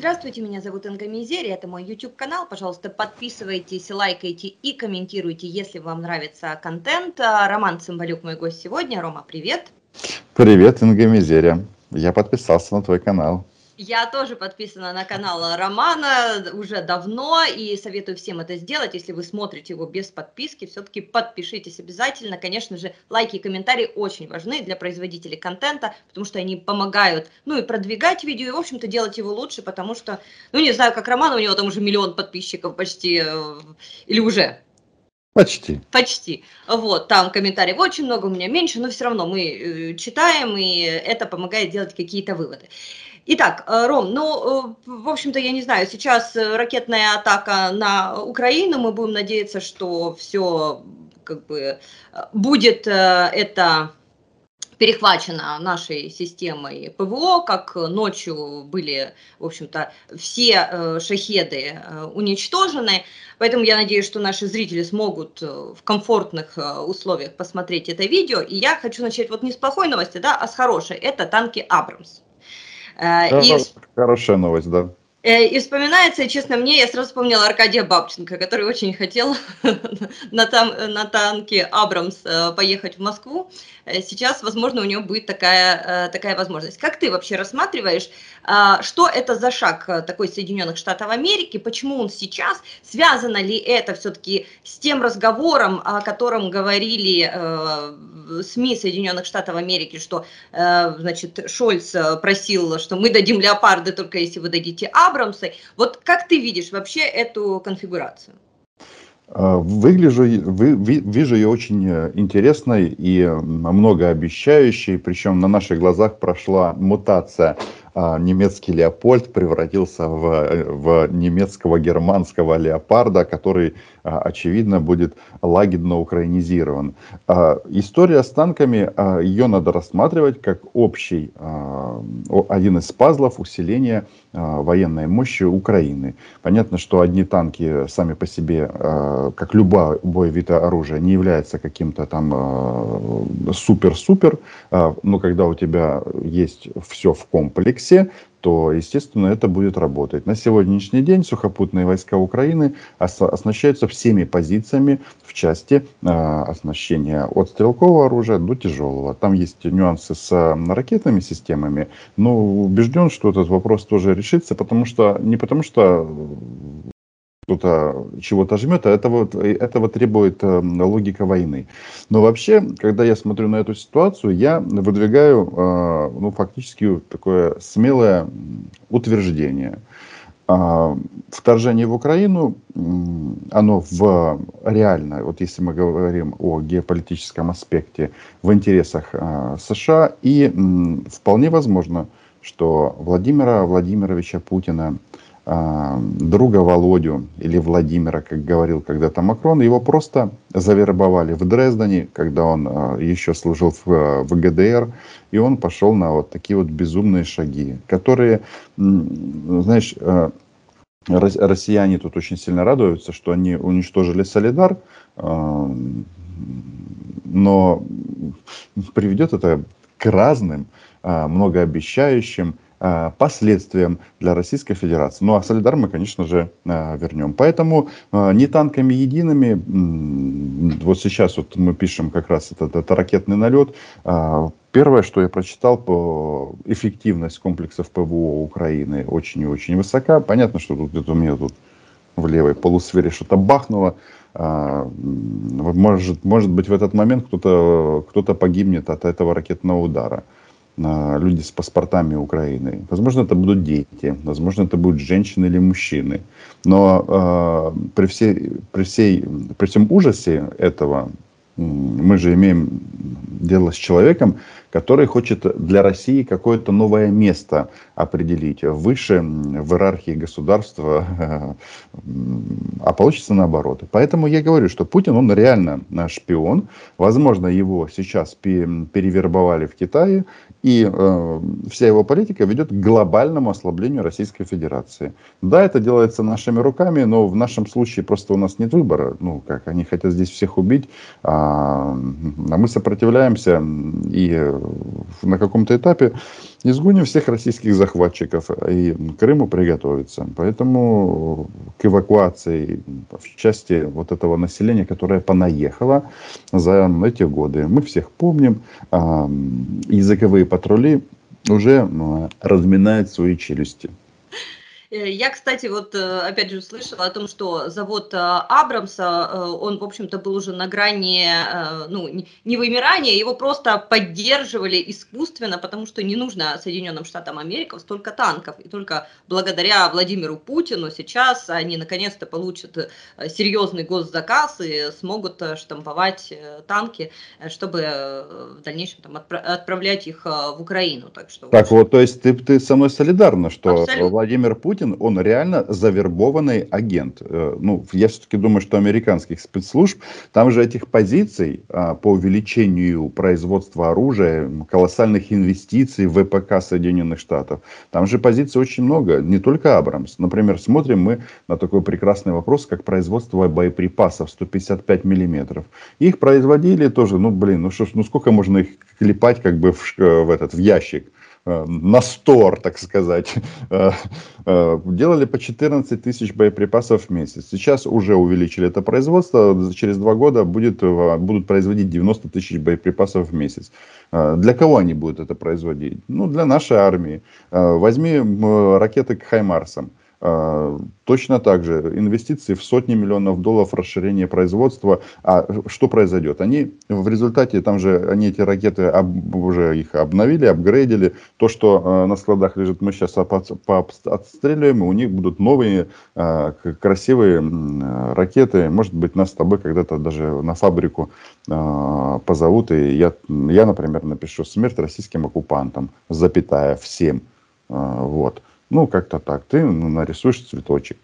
Здравствуйте, меня зовут Инга Мизери, это мой YouTube-канал. Пожалуйста, подписывайтесь, лайкайте и комментируйте, если вам нравится контент. Роман Цымбалюк, мой гость сегодня. Рома, привет. Привет, Инга Мизерия. Я подписался на твой канал. Я тоже подписана на канал Романа уже давно и советую всем это сделать. Если вы смотрите его без подписки, все-таки подпишитесь обязательно. Конечно же, лайки и комментарии очень важны для производителей контента, потому что они помогают, и продвигать видео, и, в общем-то, делать его лучше, потому что, не знаю, как Роман, у него там уже 1 миллион подписчиков почти, или уже. Почти. Вот, там комментариев очень много, у меня меньше, но все равно мы читаем, и это помогает делать какие-то выводы. Итак, Ром, в общем-то, я не знаю, сейчас ракетная атака на Украину, мы будем надеяться, что все будет это перехвачено нашей системой ПВО, как ночью были, в общем-то, все шахеды уничтожены. Поэтому я надеюсь, что наши зрители смогут в комфортных условиях посмотреть это видео. И я хочу начать не с плохой новости, а с хорошей. Это танки «Абрамс». Хорошая новость, да. И вспоминается, честно, я сразу вспомнила Аркадия Бабченко, который очень хотел на танке «Абрамс» поехать в Москву. Сейчас, возможно, у него будет такая возможность. Как ты вообще рассматриваешь, что это за шаг такой Соединенных Штатов Америки, почему он сейчас, связано ли это все-таки с тем разговором, о котором говорили СМИ Соединенных Штатов Америки, что, значит, Шольц просил, что мы дадим «Леопарды» только если вы дадите «Абрамсы». Вот как ты видишь вообще эту конфигурацию? Вижу ее очень интересной и многообещающей, причем на наших глазах прошла мутация. Немецкий «Леопольд» превратился в немецкого германского «Леопарда», который, очевидно, будет лагидно украинизирован. История с танками, ее надо рассматривать как общий, один из пазлов усиления военной мощи Украины. Понятно, что одни танки сами по себе, как любой вид оружия, не являются каким-то там супер-супер, но когда у тебя есть все в комплексе, то, естественно, это будет работать. На сегодняшний день сухопутные войска Украины оснащаются всеми позициями в части оснащения от стрелкового оружия до тяжелого. Там есть нюансы с ракетными системами, но убежден, что этот вопрос тоже решится, не потому что кто-то чего-то жмет, а этого требует логика войны. Но вообще, когда я смотрю на эту ситуацию, я выдвигаю фактически такое смелое утверждение. Вторжение в Украину, оно реально, если мы говорим о геополитическом аспекте, в интересах США, и вполне возможно, что Владимира Владимировича Путина, друга Володю или Владимира, как говорил когда-то Макрон, его просто завербовали в Дрездене, когда он еще служил в ГДР, и он пошел на такие безумные шаги, которые, знаешь, россияне тут очень сильно радуются, что они уничтожили Солидар, но приведет это к разным многообещающим последствиям для Российской Федерации. А Солидар мы, конечно же, вернем. Поэтому не танками едиными, сейчас мы пишем как раз это ракетный налет. Первое, что я прочитал, эффективность комплексов ПВО Украины очень и очень высока. Понятно, что у меня в левой полусфере что-то бахнуло. Может быть, в этот момент кто-то погибнет от этого ракетного удара. Люди с паспортами Украины. Возможно, это будут дети, возможно, это будут женщины или мужчины. Но при всем ужасе этого, мы же имеем дело с человеком, который хочет для России какое-то новое место определить выше в иерархии государства, а получится наоборот. Поэтому я говорю, что Путин, он реально шпион. Возможно, его сейчас перевербовали в Китае, и вся его политика ведет к глобальному ослаблению Российской Федерации. Да, это делается нашими руками, но в нашем случае просто у нас нет выбора. Они хотят здесь всех убить. А мы сопротивляемся и на каком-то этапе изгоним всех российских захватчиков, и к Крыму приготовиться. Поэтому к эвакуации в части вот этого населения, которое понаехало за эти годы. Мы всех помним, языковые патрули уже разминают свои челюсти. Я, кстати, вот опять же слышала о том, что завод Абрамса, он, в общем-то, был уже на грани, ну, не вымирания, его просто поддерживали искусственно, потому что не нужно Соединенным Штатам Америки столько танков. И только благодаря Владимиру Путину сейчас они наконец-то получат серьезный госзаказ и смогут штамповать танки, чтобы в дальнейшем там отправлять их в Украину. Так, что, Так вот, то есть ты со мной солидарна, что абсолютно. Владимир Путин, он реально завербованный агент. Ну, я все-таки думаю, что американских спецслужб, там же этих позиций по увеличению производства оружия, колоссальных инвестиций в ВПК Соединенных Штатов, там же позиций очень много, не только Абрамс. Например, смотрим мы на такой прекрасный вопрос, как производство боеприпасов 155 миллиметров. Их производили тоже, ну сколько можно их клепать как бы в ящик? На стор, так сказать. Делали по 14 тысяч боеприпасов в месяц. Сейчас уже увеличили это производство. Через 2 года будут производить 90 тысяч боеприпасов в месяц. Для кого они будут это производить? Ну, для нашей армии. Возьми ракеты к Хаймарсам. Точно так же инвестиции в сотни миллионов долларов, расширение производства. А что произойдет? Они в результате, там же они эти ракеты уже их обновили, апгрейдили. То, что на складах лежит, мы сейчас отстреливаем, и у них будут новые красивые ракеты. Может быть, нас с тобой когда-то даже на фабрику позовут. И я, например, напишу «Смерть российским оккупантам», запятая, всем. Вот. Ну, как-то так. Ты нарисуешь цветочек.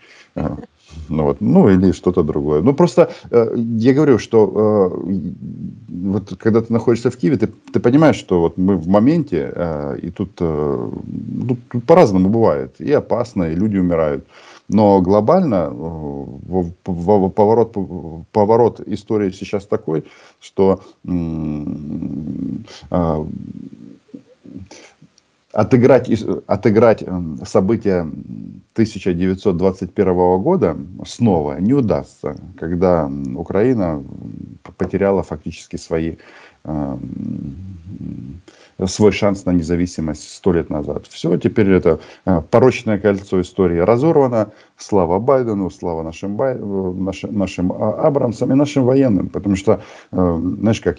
Ну, или что-то другое. Ну, просто я говорю, что вот когда ты находишься в Киеве, ты понимаешь, что вот мы в моменте, и тут тут по-разному бывает. И опасно, и люди умирают. Но глобально поворот истории сейчас такой, что отыграть события 1921 года снова не удастся, когда Украина потеряла фактически свой шанс на независимость 100 лет назад. Все, теперь это порочное кольцо истории разорвано. Слава Байдену, слава нашим Абрамсам и нашим военным. Потому что, знаешь как,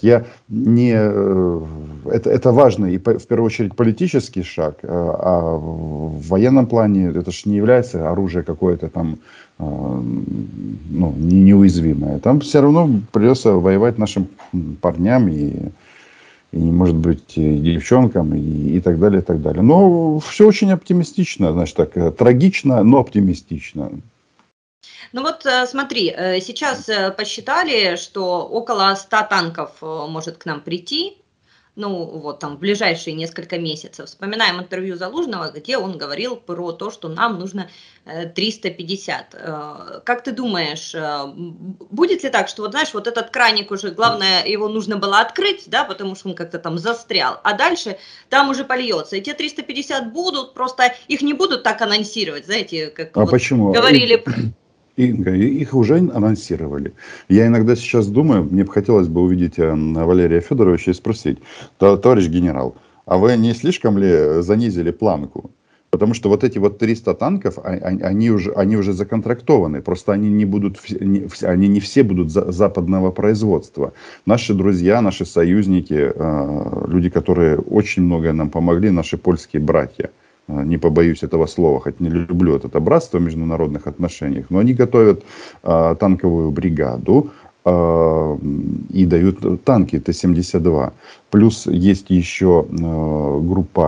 это важный и в первую очередь политический шаг, а в военном плане это же не является оружие какое-то там неуязвимое. Там все равно придется воевать нашим парням и может быть, и девчонкам, и так далее, и так далее. Но все очень оптимистично, значит так, трагично, но оптимистично. Ну вот смотри, сейчас посчитали, что около 100 танков может к нам прийти, ну вот там в ближайшие несколько месяцев. Вспоминаем интервью Залужного, где он говорил про то, что нам нужно 350. Как ты думаешь, будет ли так, что вот знаешь, вот этот краник уже, главное, его нужно было открыть, да, потому что он как-то там застрял, а дальше там уже польется. И те 350 будут, просто их не будут так анонсировать, знаете, как вот почему? Говорили. Инга, их уже анонсировали. Я иногда сейчас думаю, мне бы хотелось бы увидеть Валерия Федоровича и спросить: товарищ генерал, а вы не слишком ли занизили планку? Потому что вот эти вот 300 танков, они уже законтрактованы. Просто они не все будут западного производства. Наши друзья, наши союзники, люди, которые очень многое нам помогли, наши польские братья. Не побоюсь этого слова, хоть не люблю это братство в международных отношениях, но они готовят танковую бригаду и дают танки Т-72. Плюс есть еще группа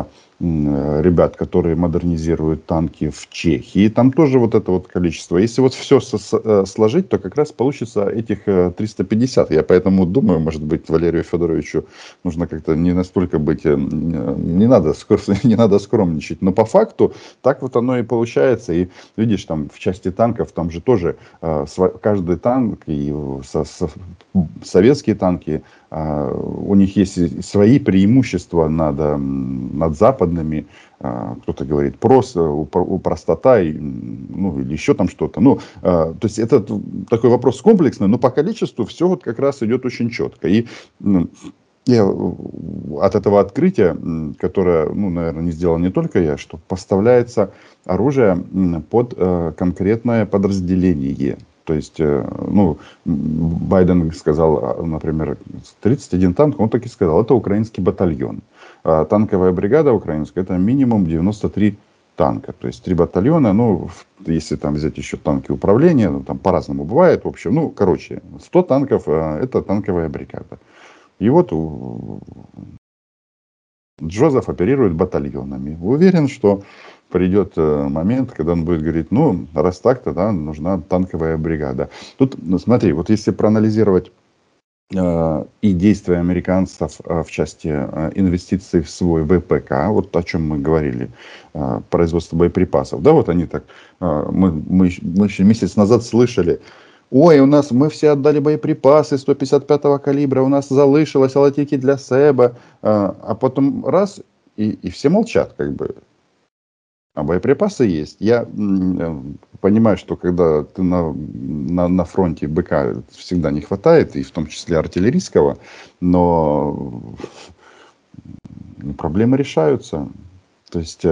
ребят, которые модернизируют танки в Чехии. Там тоже вот это вот количество. Если вот все сложить, то как раз получится этих 350. Я поэтому думаю, может быть, Валерию Федоровичу нужно как-то не настолько быть, не надо, не надо скромничать. Но по факту так вот оно и получается. И видишь, там в части танков, там же тоже каждый танк и советские танки, у них есть свои преимущества над западными. Кто-то говорит простота, ну, или еще там что-то. Ну, то есть это такой вопрос комплексный, но по количеству все вот как раз идет очень четко. И я от этого открытия, которое, ну, наверное, не сделал не только я, что поставляется оружие под конкретное подразделение. То есть, ну, Байден сказал, например, 31 танк, он так и сказал, это украинский батальон. А танковая бригада украинская, это минимум 93 танка. То есть 3 батальона, ну, если там взять еще танки управления, ну, там по-разному бывает, в общем, ну, короче, 100 танков, это танковая бригада. И вот Джозеф оперирует батальонами. Уверен, что придет момент, когда он будет говорить, ну, раз так-то, да, нужна танковая бригада. Тут, ну, смотри, вот если проанализировать и действия американцев в части инвестиций в свой ВПК, вот о чем мы говорили, производство боеприпасов, да, вот они так, мы еще месяц назад слышали, ой, мы все отдали боеприпасы 155-го калибра, у нас залишилось латики для СЭБа, а потом раз, и все молчат, как бы. А боеприпасы есть. Я понимаю, что когда ты на фронте БК всегда не хватает, и в том числе артиллерийского, но проблемы решаются. То есть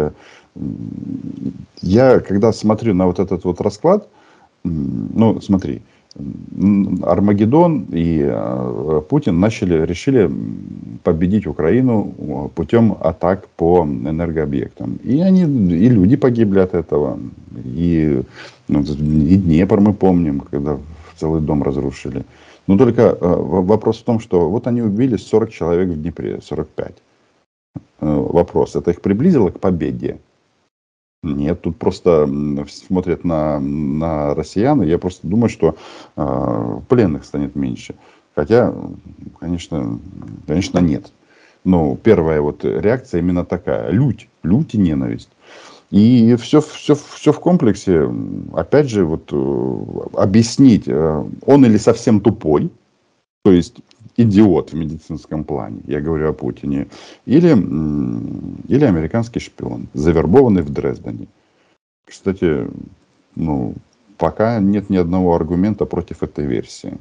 я, когда смотрю на вот этот вот расклад, ну, смотри, Армагеддон и Путин решили победить Украину путем атак по энергообъектам. И люди погибли от этого. И Днепр мы помним, когда целый дом разрушили. Но только вопрос в том, что вот они убили 40 человек в Днепре, 45. Вопрос, это их приблизило к победе? Нет, тут просто смотрят на россиян, и я просто думаю, что пленных станет меньше. Хотя, конечно, нет. Но первая вот реакция именно такая. Лють и ненависть. И все в комплексе. Опять же, вот объяснить, он или совсем тупой, то есть идиот в медицинском плане, я говорю о Путине, или американский шпион, завербованный в Дрездене. Кстати, ну, пока нет ни одного аргумента против этой версии.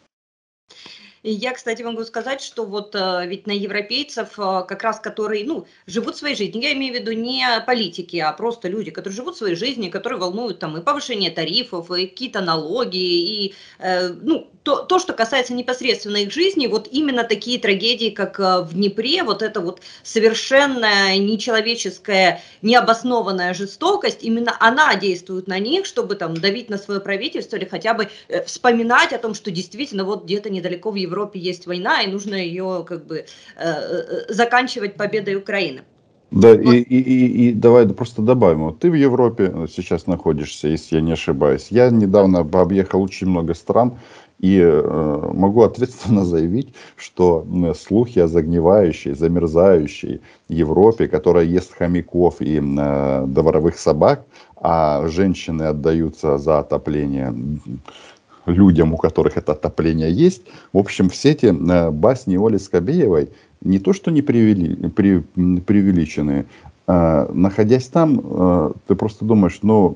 И я, кстати, могу сказать, что вот ведь на европейцев, как раз которые, ну, живут своей жизнью, я имею в виду не политики, а просто люди, которые живут своей жизнью, которые волнуют там и повышение тарифов, и какие-то налоги, и, ну, то, что касается непосредственно их жизни, вот именно такие трагедии, как в Днепре, вот это вот совершенная нечеловеческая, необоснованная жестокость, именно она действует на них, чтобы там давить на свое правительство или хотя бы вспоминать о том, что действительно вот где-то недалеко в Европе есть война, и нужно ее как бы заканчивать победой Украины. Да, вот. И давай просто добавим. Вот ты в Европе сейчас находишься, если я не ошибаюсь. Я недавно объехал очень много стран, и могу ответственно заявить, что слухи о загнивающей, замерзающей Европе, которая ест хомяков и дворовых собак, а женщины отдаются за отопление людям, у которых это отопление есть. В общем, все эти басни Оли Скобеевой не то, что не преувеличенные, находясь там, ты просто думаешь, ну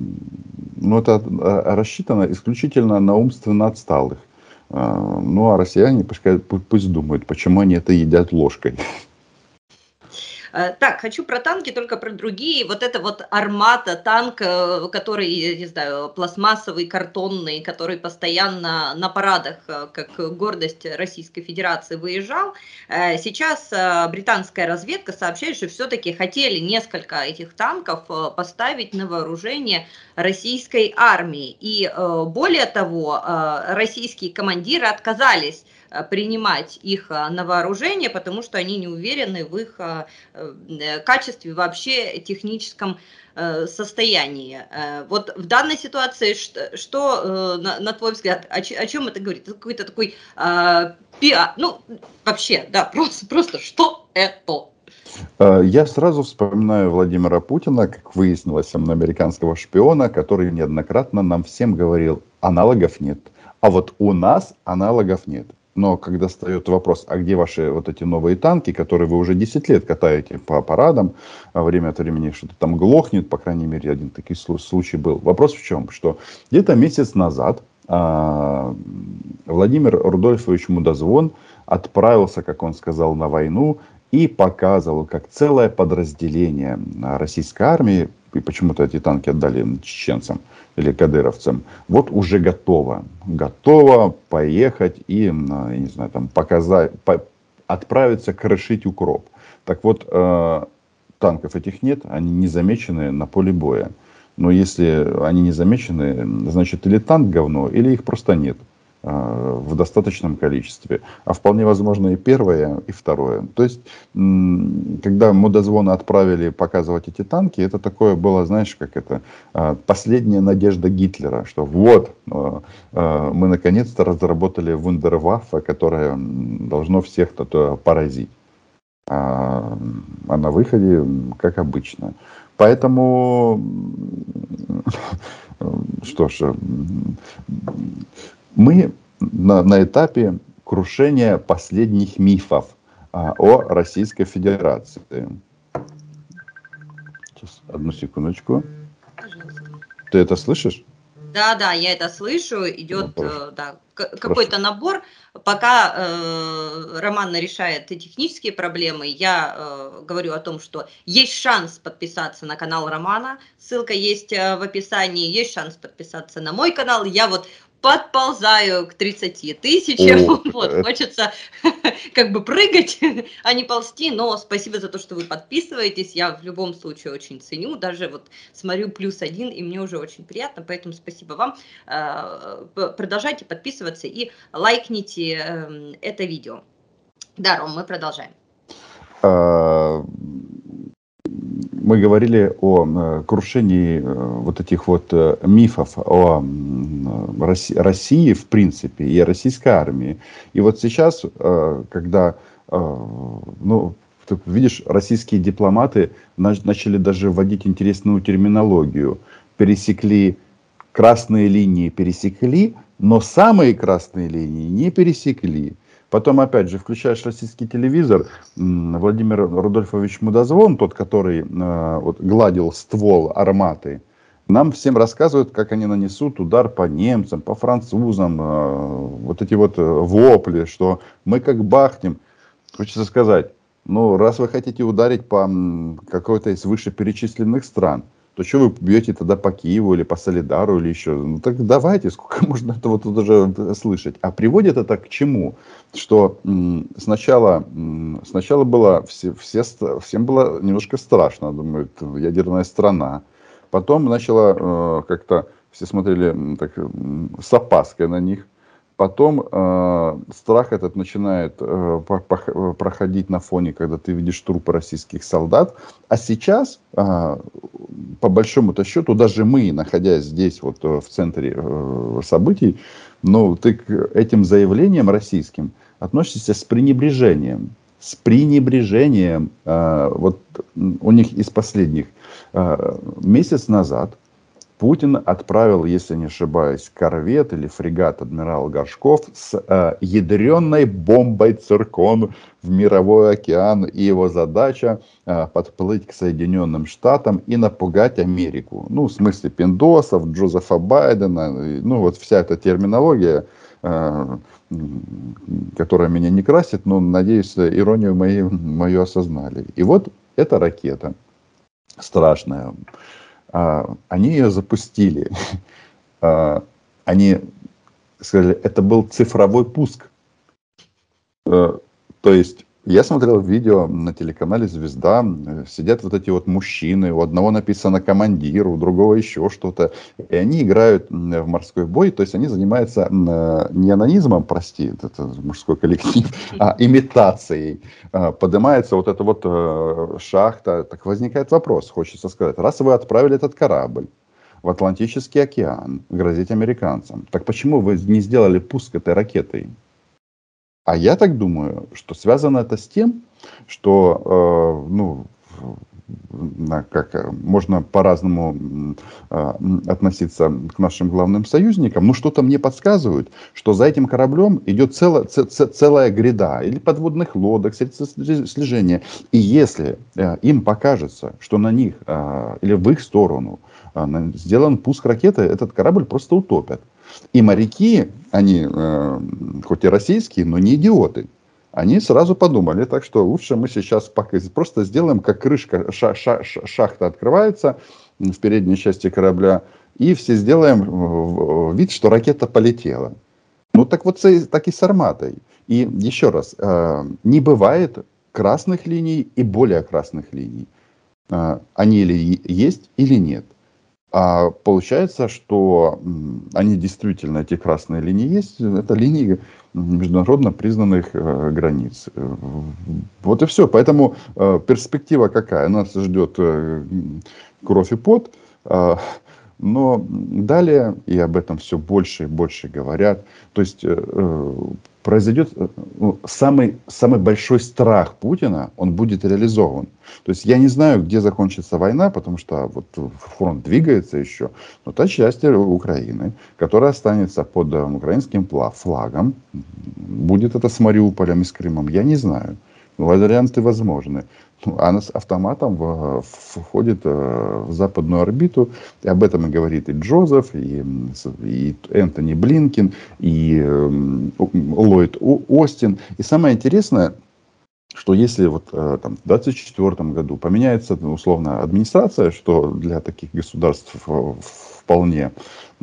это рассчитано исключительно на умственно отсталых. Ну, а россияне пусть думают, почему они это едят ложкой. Так, хочу про танки, только про другие. Вот это вот Армата, танк, который, я не знаю, пластмассовый, картонный, который постоянно на парадах, как гордость Российской Федерации, выезжал. Сейчас британская разведка сообщает, что все-таки хотели несколько этих танков поставить на вооружение российской армии. И более того, российские командиры отказались принимать их на вооружение, потому что они не уверены в их качестве, вообще техническом состоянии. Вот в данной ситуации, что на твой взгляд, о чем это говорит? Это какой-то такой пиар, ну, вообще, да, просто что это? Я сразу вспоминаю Владимира Путина, как выяснилось, американского шпиона, который неоднократно нам всем говорил, аналогов нет. А вот у нас аналогов нет. Но когда встает вопрос, а где ваши вот эти новые танки, которые вы уже 10 лет катаете по парадам, а время от времени что-то там глохнет, по крайней мере, один такой случай был. Вопрос в чем? Что где-то месяц назад Владимир Рудольфович Мудозвон отправился, как он сказал, на войну и показывал, как целое подразделение российской армии, и почему-то эти танки отдали чеченцам или кадыровцам, вот уже готово поехать и, я не знаю, там показать, отправиться крышить укроп. Так вот, танков этих нет, они не замечены на поле боя. Но если они не замечены, значит, или танк говно, или их просто нет в достаточном количестве. А вполне возможно и первое, и второе. То есть, когда Мудозвона отправили показывать эти танки, это такое было, знаешь, как это, последняя надежда Гитлера, что вот, мы наконец-то разработали вундерваффе, которое должно всех поразить. А на выходе, как обычно. Поэтому, что ж, мы на этапе крушения последних мифов о Российской Федерации. Сейчас, одну секундочку. Пожалуйста. Ты это слышишь? Да, я это слышу, идет какой-то набор. Пока Роман решает технические проблемы, я говорю о том, что есть шанс подписаться на канал Романа, ссылка есть в описании, есть шанс подписаться на мой канал. Я вот подползаю к 30 тысячам, вот, хочется как бы прыгать, а не ползти, но спасибо за то, что вы подписываетесь, я в любом случае очень ценю, даже вот смотрю +1, и мне уже очень приятно, поэтому спасибо вам, продолжайте подписываться и лайкните это видео. Да, Ром, мы продолжаем. Мы говорили о крушении вот этих вот мифов о России в принципе и о российской армии. И вот сейчас, когда, ну, ты видишь, российские дипломаты начали даже вводить интересную терминологию. Пересекли красные линии, пересекли, но самые красные линии не пересекли. Потом, опять же, включаешь российский телевизор, Владимир Рудольфович Мудозвон, тот, который вот, гладил ствол арматы, нам всем рассказывают, как они нанесут удар по немцам, по французам, вот эти вот вопли, что мы как бахнем. Хочется сказать, ну, раз вы хотите ударить по какой-то из вышеперечисленных стран, то что вы бьете тогда по Киеву или по Солидару или еще? Ну так давайте, сколько можно этого тут уже слышать. А приводит это к чему? Что сначала было всем было немножко страшно, думают, ядерная страна. Потом начало как-то все смотрели так, с опаской на них. Потом страх этот начинает проходить на фоне, когда ты видишь трупы российских солдат. А сейчас, по большому-то счету, даже мы, находясь здесь, вот в центре событий, ну, ты к этим заявлениям российским относишься с пренебрежением. С пренебрежением. Вот у них из последних месяц назад Путин отправил, если не ошибаюсь, корвет или фрегат адмирал Горшков с ядерной бомбой «Циркон» в мировой океан. И его задача подплыть к Соединенным Штатам и напугать Америку. Ну, в смысле пиндосов, Джозефа Байдена. Ну, вот вся эта терминология, которая меня не красит, но, надеюсь, иронию мою осознали. И вот эта ракета страшная. Они ее запустили. Они сказали, это был цифровой пуск. То есть Я смотрел видео на телеканале «Звезда», сидят вот эти вот мужчины, у одного написано «командир», у другого еще что-то, и они играют в морской бой, то есть они занимаются не анонизмом, прости, это мужской коллектив, а имитацией. Поднимается вот эта вот шахта, так возникает вопрос, хочется сказать, раз вы отправили этот корабль в Атлантический океан грозить американцам, так почему вы не сделали пуск этой ракетой? А я так думаю, что связано это с тем, что, можно по-разному относиться к нашим главным союзникам, но что-то мне подсказывает, что за этим кораблем идет целая гряда или подводных лодок, средств слежения. И если им покажется, что на них или в их сторону сделан пуск ракеты, этот корабль просто утопят. И моряки, они хоть и российские, но не идиоты. Они сразу подумали, так что лучше мы сейчас просто сделаем, как крышка шахта открывается в передней части корабля, и все сделаем вид, что ракета полетела. Ну так вот так и с Арматой. И еще раз, не бывает красных линий и более красных линий. Они или есть, или нет. А получается, что они действительно, эти красные линии есть, это линии международно признанных границ. Вот и все. Поэтому перспектива какая? Нас ждет кровь и пот. Но далее, и об этом все больше и больше говорят, то есть произойдет самый большой страх Путина, он будет реализован. То есть я не знаю, где закончится война, потому что вот фронт двигается еще, но та часть Украины, которая останется под украинским флагом, будет это с Мариуполем и с Крымом, я не знаю. Варианты возможны. Она с автоматом входит в западную орбиту. И об этом и говорит и Джозеф, и Энтони Блинкен, и Ллойд Остин. И самое интересное, что если вот там, в 2024 году поменяется условно администрация, что для таких государств вполне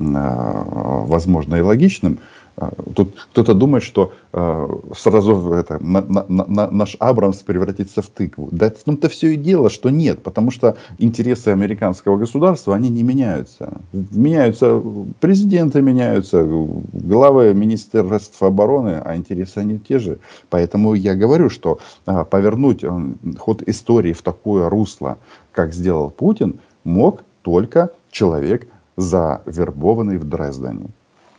возможно и логичным, тут кто-то думает, что сразу наш Абрамс превратится в тыкву. Да в том-то все и дело, что нет, потому что интересы американского государства, они не меняются. Меняются президенты, меняются главы министерств обороны, а интересы они те же. Поэтому я говорю, что повернуть ход истории в такое русло, как сделал Путин, мог только человек, завербованный в Дрездене.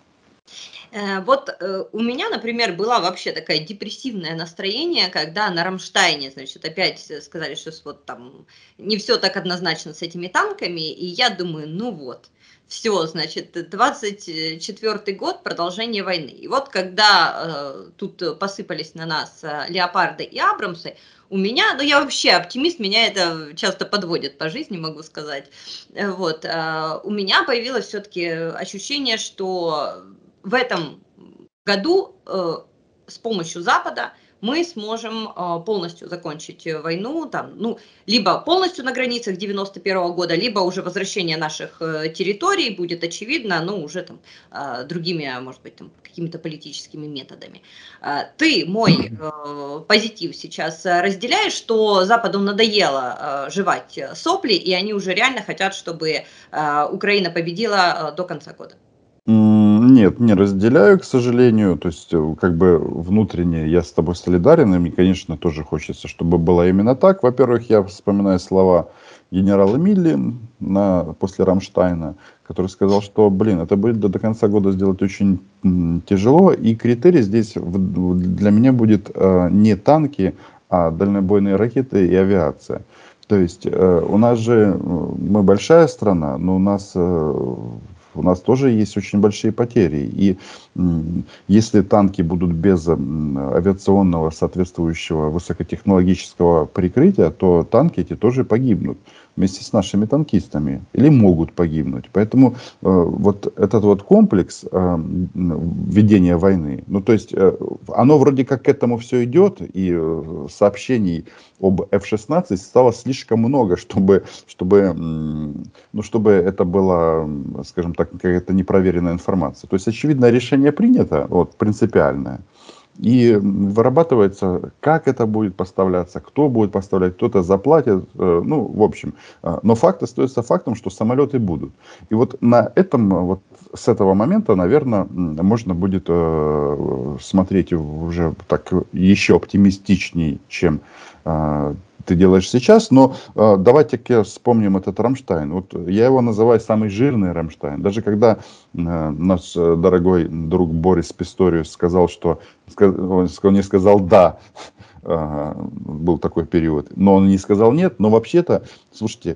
Вот у меня, например, была вообще такая депрессивное настроение, когда на Рамштайне, значит, опять сказали, что вот там не все так однозначно с этими танками, и я думаю, ну вот, все, значит, 24-й год, продолжение войны. И вот когда тут посыпались на нас леопарды и абрамсы, у меня, ну я вообще оптимист, меня это часто подводит по жизни, могу сказать. Вот, у меня появилось все-таки ощущение, что в этом году с помощью Запада мы сможем полностью закончить войну, там, ну, либо полностью на границах 91 года, либо уже возвращение наших территорий будет очевидно, но уже там другими, может быть, там, какими-то политическими методами. Ты мой позитив сейчас разделяешь, что Западу надоело жевать сопли, и они уже реально хотят, чтобы Украина победила до конца года? Нет, не разделяю, к сожалению. То есть, как бы внутренне я с тобой солидарен, и мне, конечно, тоже хочется, чтобы было именно так. Во-первых, я вспоминаю слова генерала Милли после Рамштайна, который сказал, что, это будет до конца года сделать очень тяжело, и критерий здесь для меня будет не танки, а дальнобойные ракеты и авиация. То есть, у нас же, мы большая страна, но у нас тоже есть очень большие потери. И если танки будут без авиационного соответствующего высокотехнологического прикрытия, то танки эти тоже погибнут вместе с нашими танкистами. Или могут погибнуть. Поэтому вот этот вот комплекс ведения войны, ну то есть оно вроде как к этому все идет, и сообщений об F-16 стало слишком много, чтобы это было, скажем так, какая-то непроверенная информация. То есть, очевидно, решение принято, вот, принципиальное. И вырабатывается, как это будет поставляться, кто будет поставлять, кто-то заплатит. Ну, в общем. Но факт остается фактом, что самолеты будут. И вот на этом, вот с этого момента, наверное, можно будет смотреть уже так еще оптимистичнее, чем ты делаешь сейчас. Но давайте-ка вспомним этот Рамштайн. Вот я его называю самый жирный Рамштайн. Даже когда наш дорогой друг Борис Писториус сказал, что он не сказал «да», был такой период, но он не сказал «нет», но вообще-то, слушайте,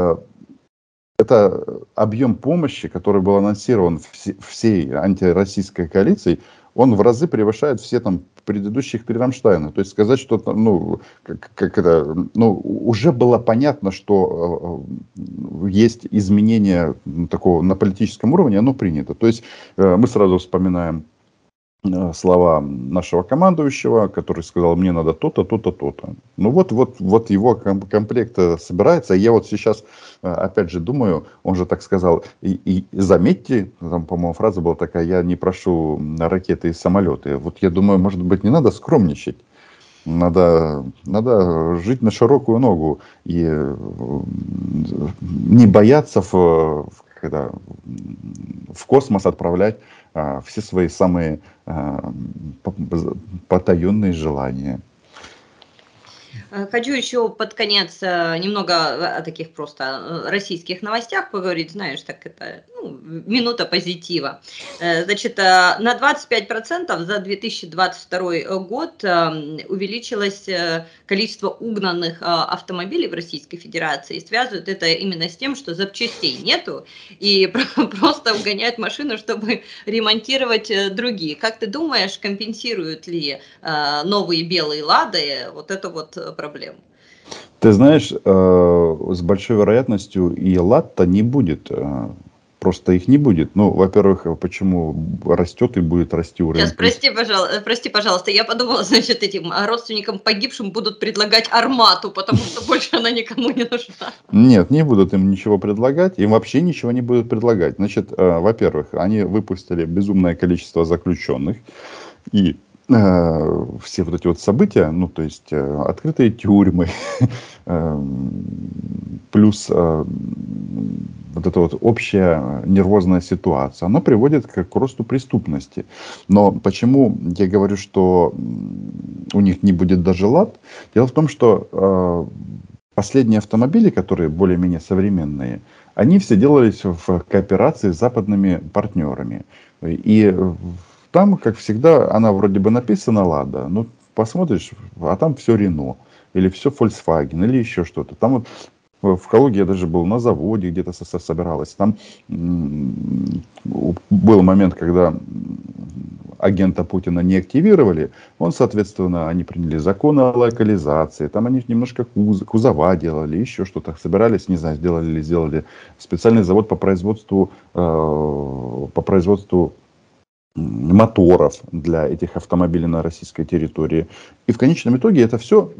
это объем помощи, который был анонсирован всей антироссийской коалицией, он в разы превышает все там предыдущих три Рамштайна. То есть сказать, что ну, как это, ну, уже было понятно, что есть изменения такого на политическом уровне, оно принято. То есть мы сразу вспоминаем слова нашего командующего, который сказал, мне надо то-то, то-то, то-то. Ну вот его комплект собирается. Я вот сейчас, опять же, думаю, он же так сказал, и заметьте, там, по-моему, фраза была такая, я не прошу ракеты и самолеты. Вот я думаю, может быть, не надо скромничать. Надо жить на широкую ногу и не бояться в космос отправлять все свои самые потаенные желания. Хочу еще под конец немного о таких просто российских новостях поговорить, знаешь, так это минута позитива. Значит, на 25% за 2022 год увеличилось количество угнанных автомобилей в Российской Федерации. И связывают это именно с тем, что запчастей нету, и просто угоняют машину, чтобы ремонтировать другие. Как ты думаешь, компенсируют ли новые белые «Лады» вот эту вот проблему? Ты знаешь, с большой вероятностью и «Лад»-то не будет. Просто их не будет. Ну, во-первых, почему растет и будет расти уровень? Сейчас, прости, пожалуйста, я подумала, значит, этим родственникам погибшим будут предлагать «Армату», потому что больше она никому не нужна. Нет, не будут им ничего предлагать, им вообще ничего не будут предлагать. Значит, во-первых, они выпустили безумное количество заключенных, и все вот эти вот события, ну, то есть открытые тюрьмы, плюс вот эта вот общая нервозная ситуация, она приводит к росту преступности. Но почему я говорю, что у них не будет даже «Лад»? Дело в том, что последние автомобили, которые более-менее современные, они все делались в кооперации с западными партнерами. И там, как всегда, она вроде бы написана «Лада», ну, посмотришь, а там все «Рено», или все «Фольксваген», или еще что-то. Там вот в Калуге я даже был на заводе, где-то собиралась. Там был момент, когда агента Путина не активировали, соответственно, они приняли закон о локализации, там они немножко кузова делали, еще что-то собирались, не знаю, сделали специальный завод по производству моторов для этих автомобилей на российской территории. И в конечном итоге это все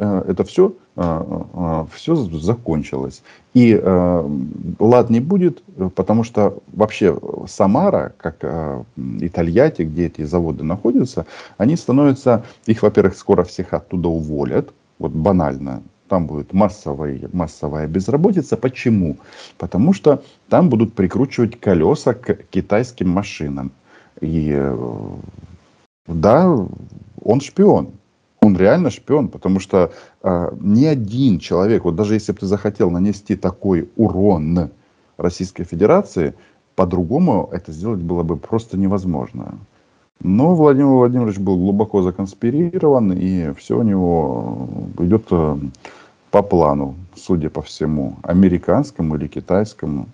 закончилось. И «Лад» не будет, потому что вообще Самара, как и Тольятти, где эти заводы находятся, они становятся, их, во-первых, скоро всех оттуда уволят, вот банально. Там будет массовая безработица. Почему? Потому что там будут прикручивать колеса к китайским машинам. И да, он шпион. Он реально шпион, потому что ни один человек, вот даже если бы ты захотел нанести такой урон Российской Федерации, по-другому это сделать было бы просто невозможно. Но Владимир Владимирович был глубоко законспирирован, и все у него идет по плану, судя по всему, американскому или китайскому.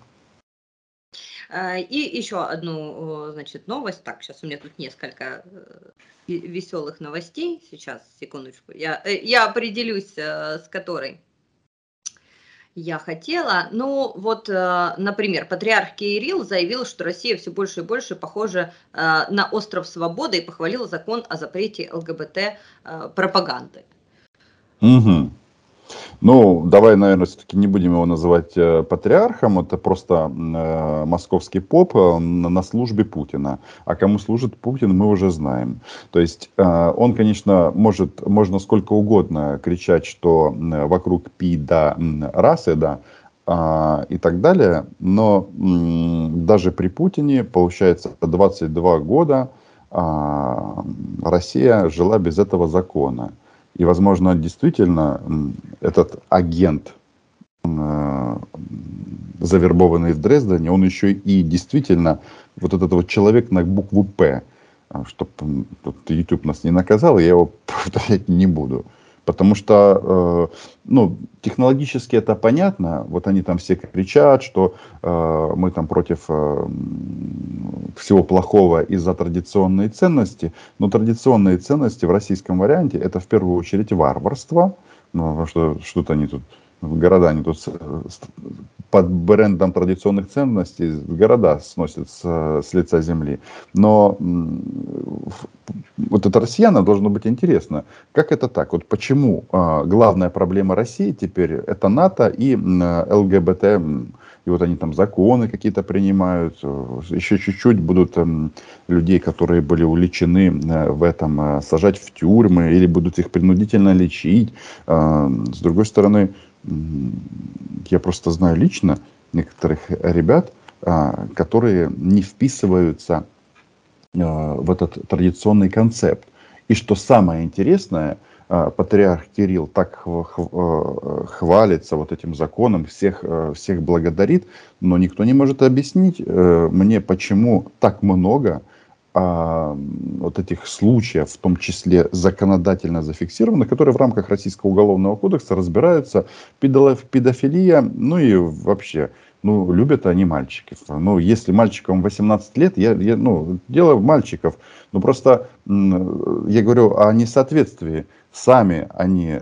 И еще одну, значит, новость. Так, сейчас у меня тут несколько веселых новостей. Сейчас, секундочку. Я определюсь, с которой я хотела. Ну, вот, например, патриарх Кирилл заявил, что Россия все больше и больше похожа на остров свободы и похвалил закон о запрете ЛГБТ пропаганды. Угу. Ну, давай, наверное, все-таки не будем его называть патриархом. Это просто московский поп на службе Путина. А кому служит Путин, мы уже знаем. То есть он, конечно, можно сколько угодно кричать, что вокруг пи, да, расы, да, и так далее. Но даже при Путине, получается, 22 года Россия жила без этого закона. И, возможно, действительно этот агент, завербованный в Дрездене, он еще и действительно вот этот вот человек на букву «П». Чтобы YouTube нас не наказал, я его повторять не буду. Потому что, ну, технологически это понятно. Вот они там все кричат, что мы там против всего плохого из-за традиционной ценности. Но традиционные ценности в российском варианте это в первую очередь варварство. Ну, потому что что-то они тут, города они тут под брендом традиционных ценностей города сносят с лица земли. Но вот это россиянам должно быть интересно, как это так? Вот почему главная проблема России теперь это НАТО и ЛГБТ, и вот они там законы какие-то принимают, еще чуть-чуть будут людей, которые были уличены в этом, сажать в тюрьмы или будут их принудительно лечить. С другой стороны, я просто знаю лично некоторых ребят, которые не вписываются в этот традиционный концепт. И что самое интересное, патриарх Кирилл так хвалится вот этим законом, всех благодарит, но никто не может объяснить мне, почему так много вот этих случаев, в том числе законодательно зафиксированных, которые в рамках Российского уголовного кодекса разбираются, педофилия, ну и вообще, ну, любят они мальчиков. Ну, если мальчикам 18 лет, ну, дело мальчиков. Ну, просто я говорю о несоответствии. Сами они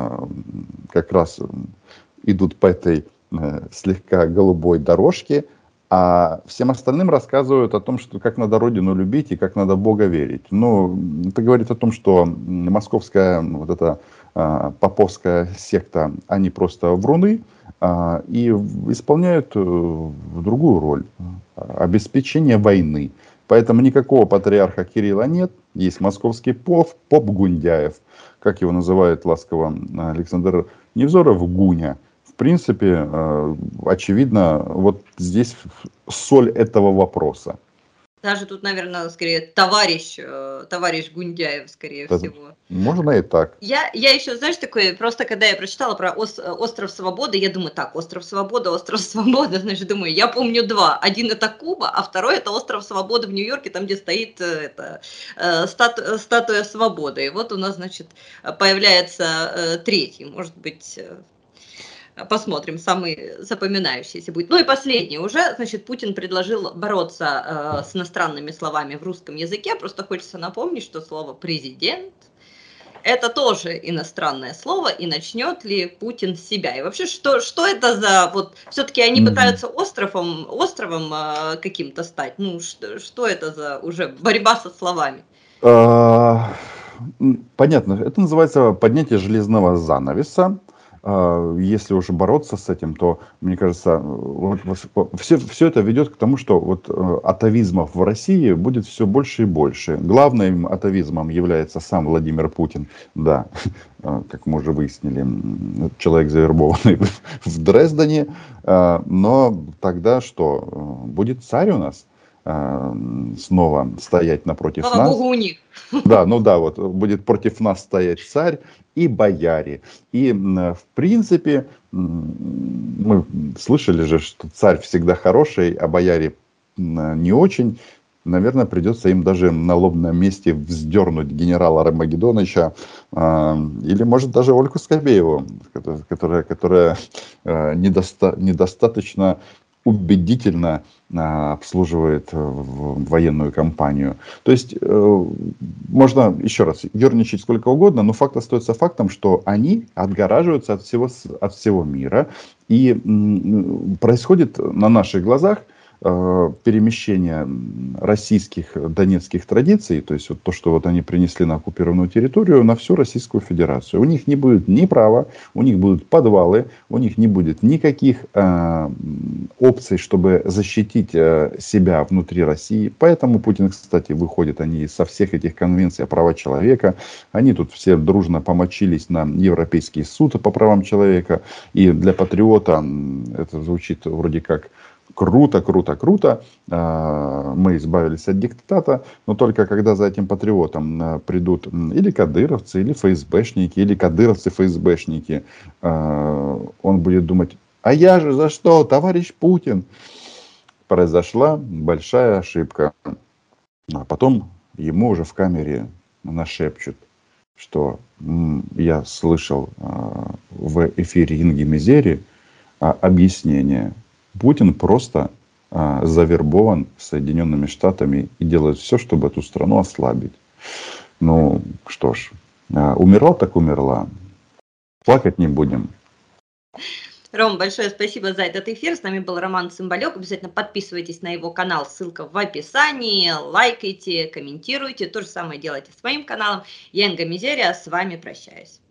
как раз идут по этой слегка голубой дорожке, а всем остальным рассказывают о том, что как надо Родину любить и как надо в Бога верить. Ну, это говорит о том, что московская вот эта поповская секта, они просто вруны и исполняют другую роль – обеспечение войны. Поэтому никакого патриарха Кирилла нет. Есть московский поп Гундяев, как его называет ласково Александр Невзоров, Гуня. В принципе, очевидно, вот здесь соль этого вопроса. Даже тут, наверное, скорее товарищ Гундяев, скорее всего. Можно и так. Я еще, знаешь, такое, просто когда я прочитала про остров Свободы, я думаю, так, остров Свободы, значит, думаю, я помню два. Один это Куба, а второй это остров Свободы в Нью-Йорке, там, где стоит статуя Свободы. И вот у нас, значит, появляется третий, может быть... Посмотрим, самый запоминающийся будет. Ну и последний уже, значит, Путин предложил бороться с иностранными словами в русском языке. Просто хочется напомнить, что слово «президент» это тоже иностранное слово, и начнет ли Путин с себя? И вообще, что это за... Вот все-таки они пытаются островом каким-то стать. Ну, что это за уже борьба со словами? Понятно. Это называется поднятие железного занавеса. Если уже бороться с этим, то, мне кажется, все это ведет к тому, что вот атовизмов в России будет все больше и больше. Главным атовизмом является сам Владимир Путин, да, как мы уже выяснили, человек, завербованный в Дрездене. Но тогда что? Будет царь у нас снова стоять напротив нас. Слава Богу, у них. Да, ну да, вот будет против нас стоять царь и бояре. И, в принципе, мы слышали же, что царь всегда хороший, а бояре не очень. Наверное, придется им даже на лобном месте вздернуть генерала Армагеддоновича или, может, даже Ольгу Скобееву, которая недостаточно убедительно обслуживает военную кампанию. То есть, можно еще раз ерничать сколько угодно, но факт остается фактом, что они отгораживаются от всего мира. И происходит на наших глазах перемещение российских донецких традиций, то есть вот то, что вот они принесли на оккупированную территорию, на всю Российскую Федерацию. У них не будет ни права, у них будут подвалы, у них не будет никаких опций, чтобы защитить себя внутри России. Поэтому Путин, кстати, выходит они со всех этих конвенций о правах человека. Они тут все дружно помочились на Европейский суд по правам человека. И для патриота это звучит вроде как круто, круто, круто. Мы избавились от диктата, но только когда за этим патриотом придут или кадыровцы, или ФСБшники, или кадыровцы-ФСБшники, он будет думать: а я же за что, товарищ Путин? Произошла большая ошибка. А потом ему уже в камере нашепчут, что я слышал в эфире Инги Мизери объяснение. Путин просто завербован Соединенными Штатами и делает все, чтобы эту страну ослабить. Ну, что ж, умерла так умерла. Плакать не будем. Ром, большое спасибо за этот эфир. С нами был Роман Цымбалюк. Обязательно подписывайтесь на его канал, ссылка в описании. Лайкайте, комментируйте. То же самое делайте с моим каналом. Я Инга Мизерия, с вами прощаюсь.